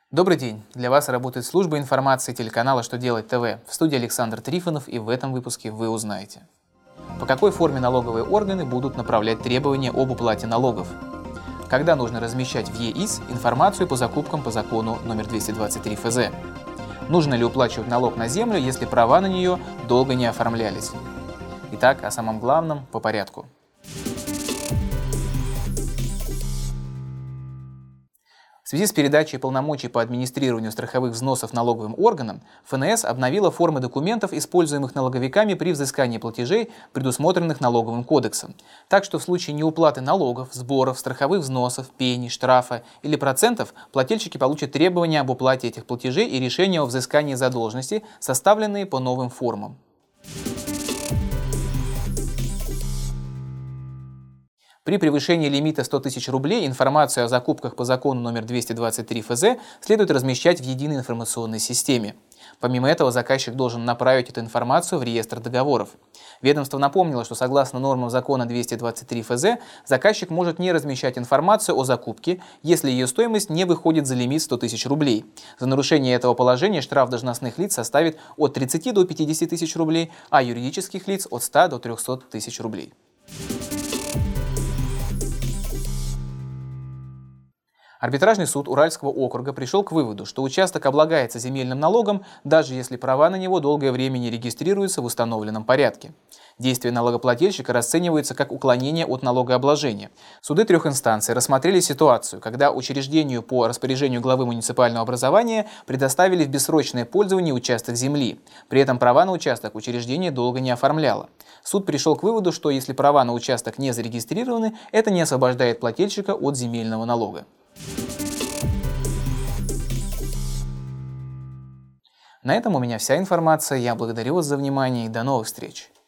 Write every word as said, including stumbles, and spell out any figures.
Добрый день! Для вас работает служба информации телеканала «Что делать ТВ». В студии Александр Трифонов, и в этом выпуске вы узнаете: по какой форме налоговые органы будут направлять требования об уплате налогов, когда нужно размещать в ЕИС информацию по закупкам по закону номер двести двадцать три эф зэ, нужно ли уплачивать налог на землю, если права на нее долго не оформлялись. Итак, о самом главном по порядку. В связи с передачей полномочий по администрированию страховых взносов налоговым органам, эф эн эс обновила формы документов, используемых налоговиками при взыскании платежей, предусмотренных Налоговым кодексом. Так что в случае неуплаты налогов, сборов, страховых взносов, пений, штрафа или процентов, плательщики получат требования об уплате этих платежей и решения о взыскании задолженности, составленные по новым формам. При превышении лимита сто тысяч рублей информацию о закупках по закону номер двести двадцать три эф зэ следует размещать в единой информационной системе. Помимо этого, заказчик должен направить эту информацию в реестр договоров. Ведомство напомнило, что согласно нормам закона двести двадцать три эф зэ, заказчик может не размещать информацию о закупке, если ее стоимость не выходит за лимит сто тысяч рублей. За нарушение этого положения штраф должностных лиц составит от тридцати до пятидесяти тысяч рублей, а юридических лиц от ста до трёхсот тысяч рублей. Арбитражный суд Уральского округа пришел к выводу, что участок облагается земельным налогом, даже если права на него долгое время не регистрируются в установленном порядке. Действия налогоплательщика расцениваются как уклонение от налогообложения. Суды трех инстанций рассмотрели ситуацию, когда учреждению по распоряжению главы муниципального образования предоставили в бессрочное пользование участок земли. При этом права на участок учреждение долго не оформляло. Суд пришел к выводу, что если права на участок не зарегистрированы, это не освобождает плательщика от земельного налога. На этом у меня вся информация. Я благодарю вас за внимание и до новых встреч!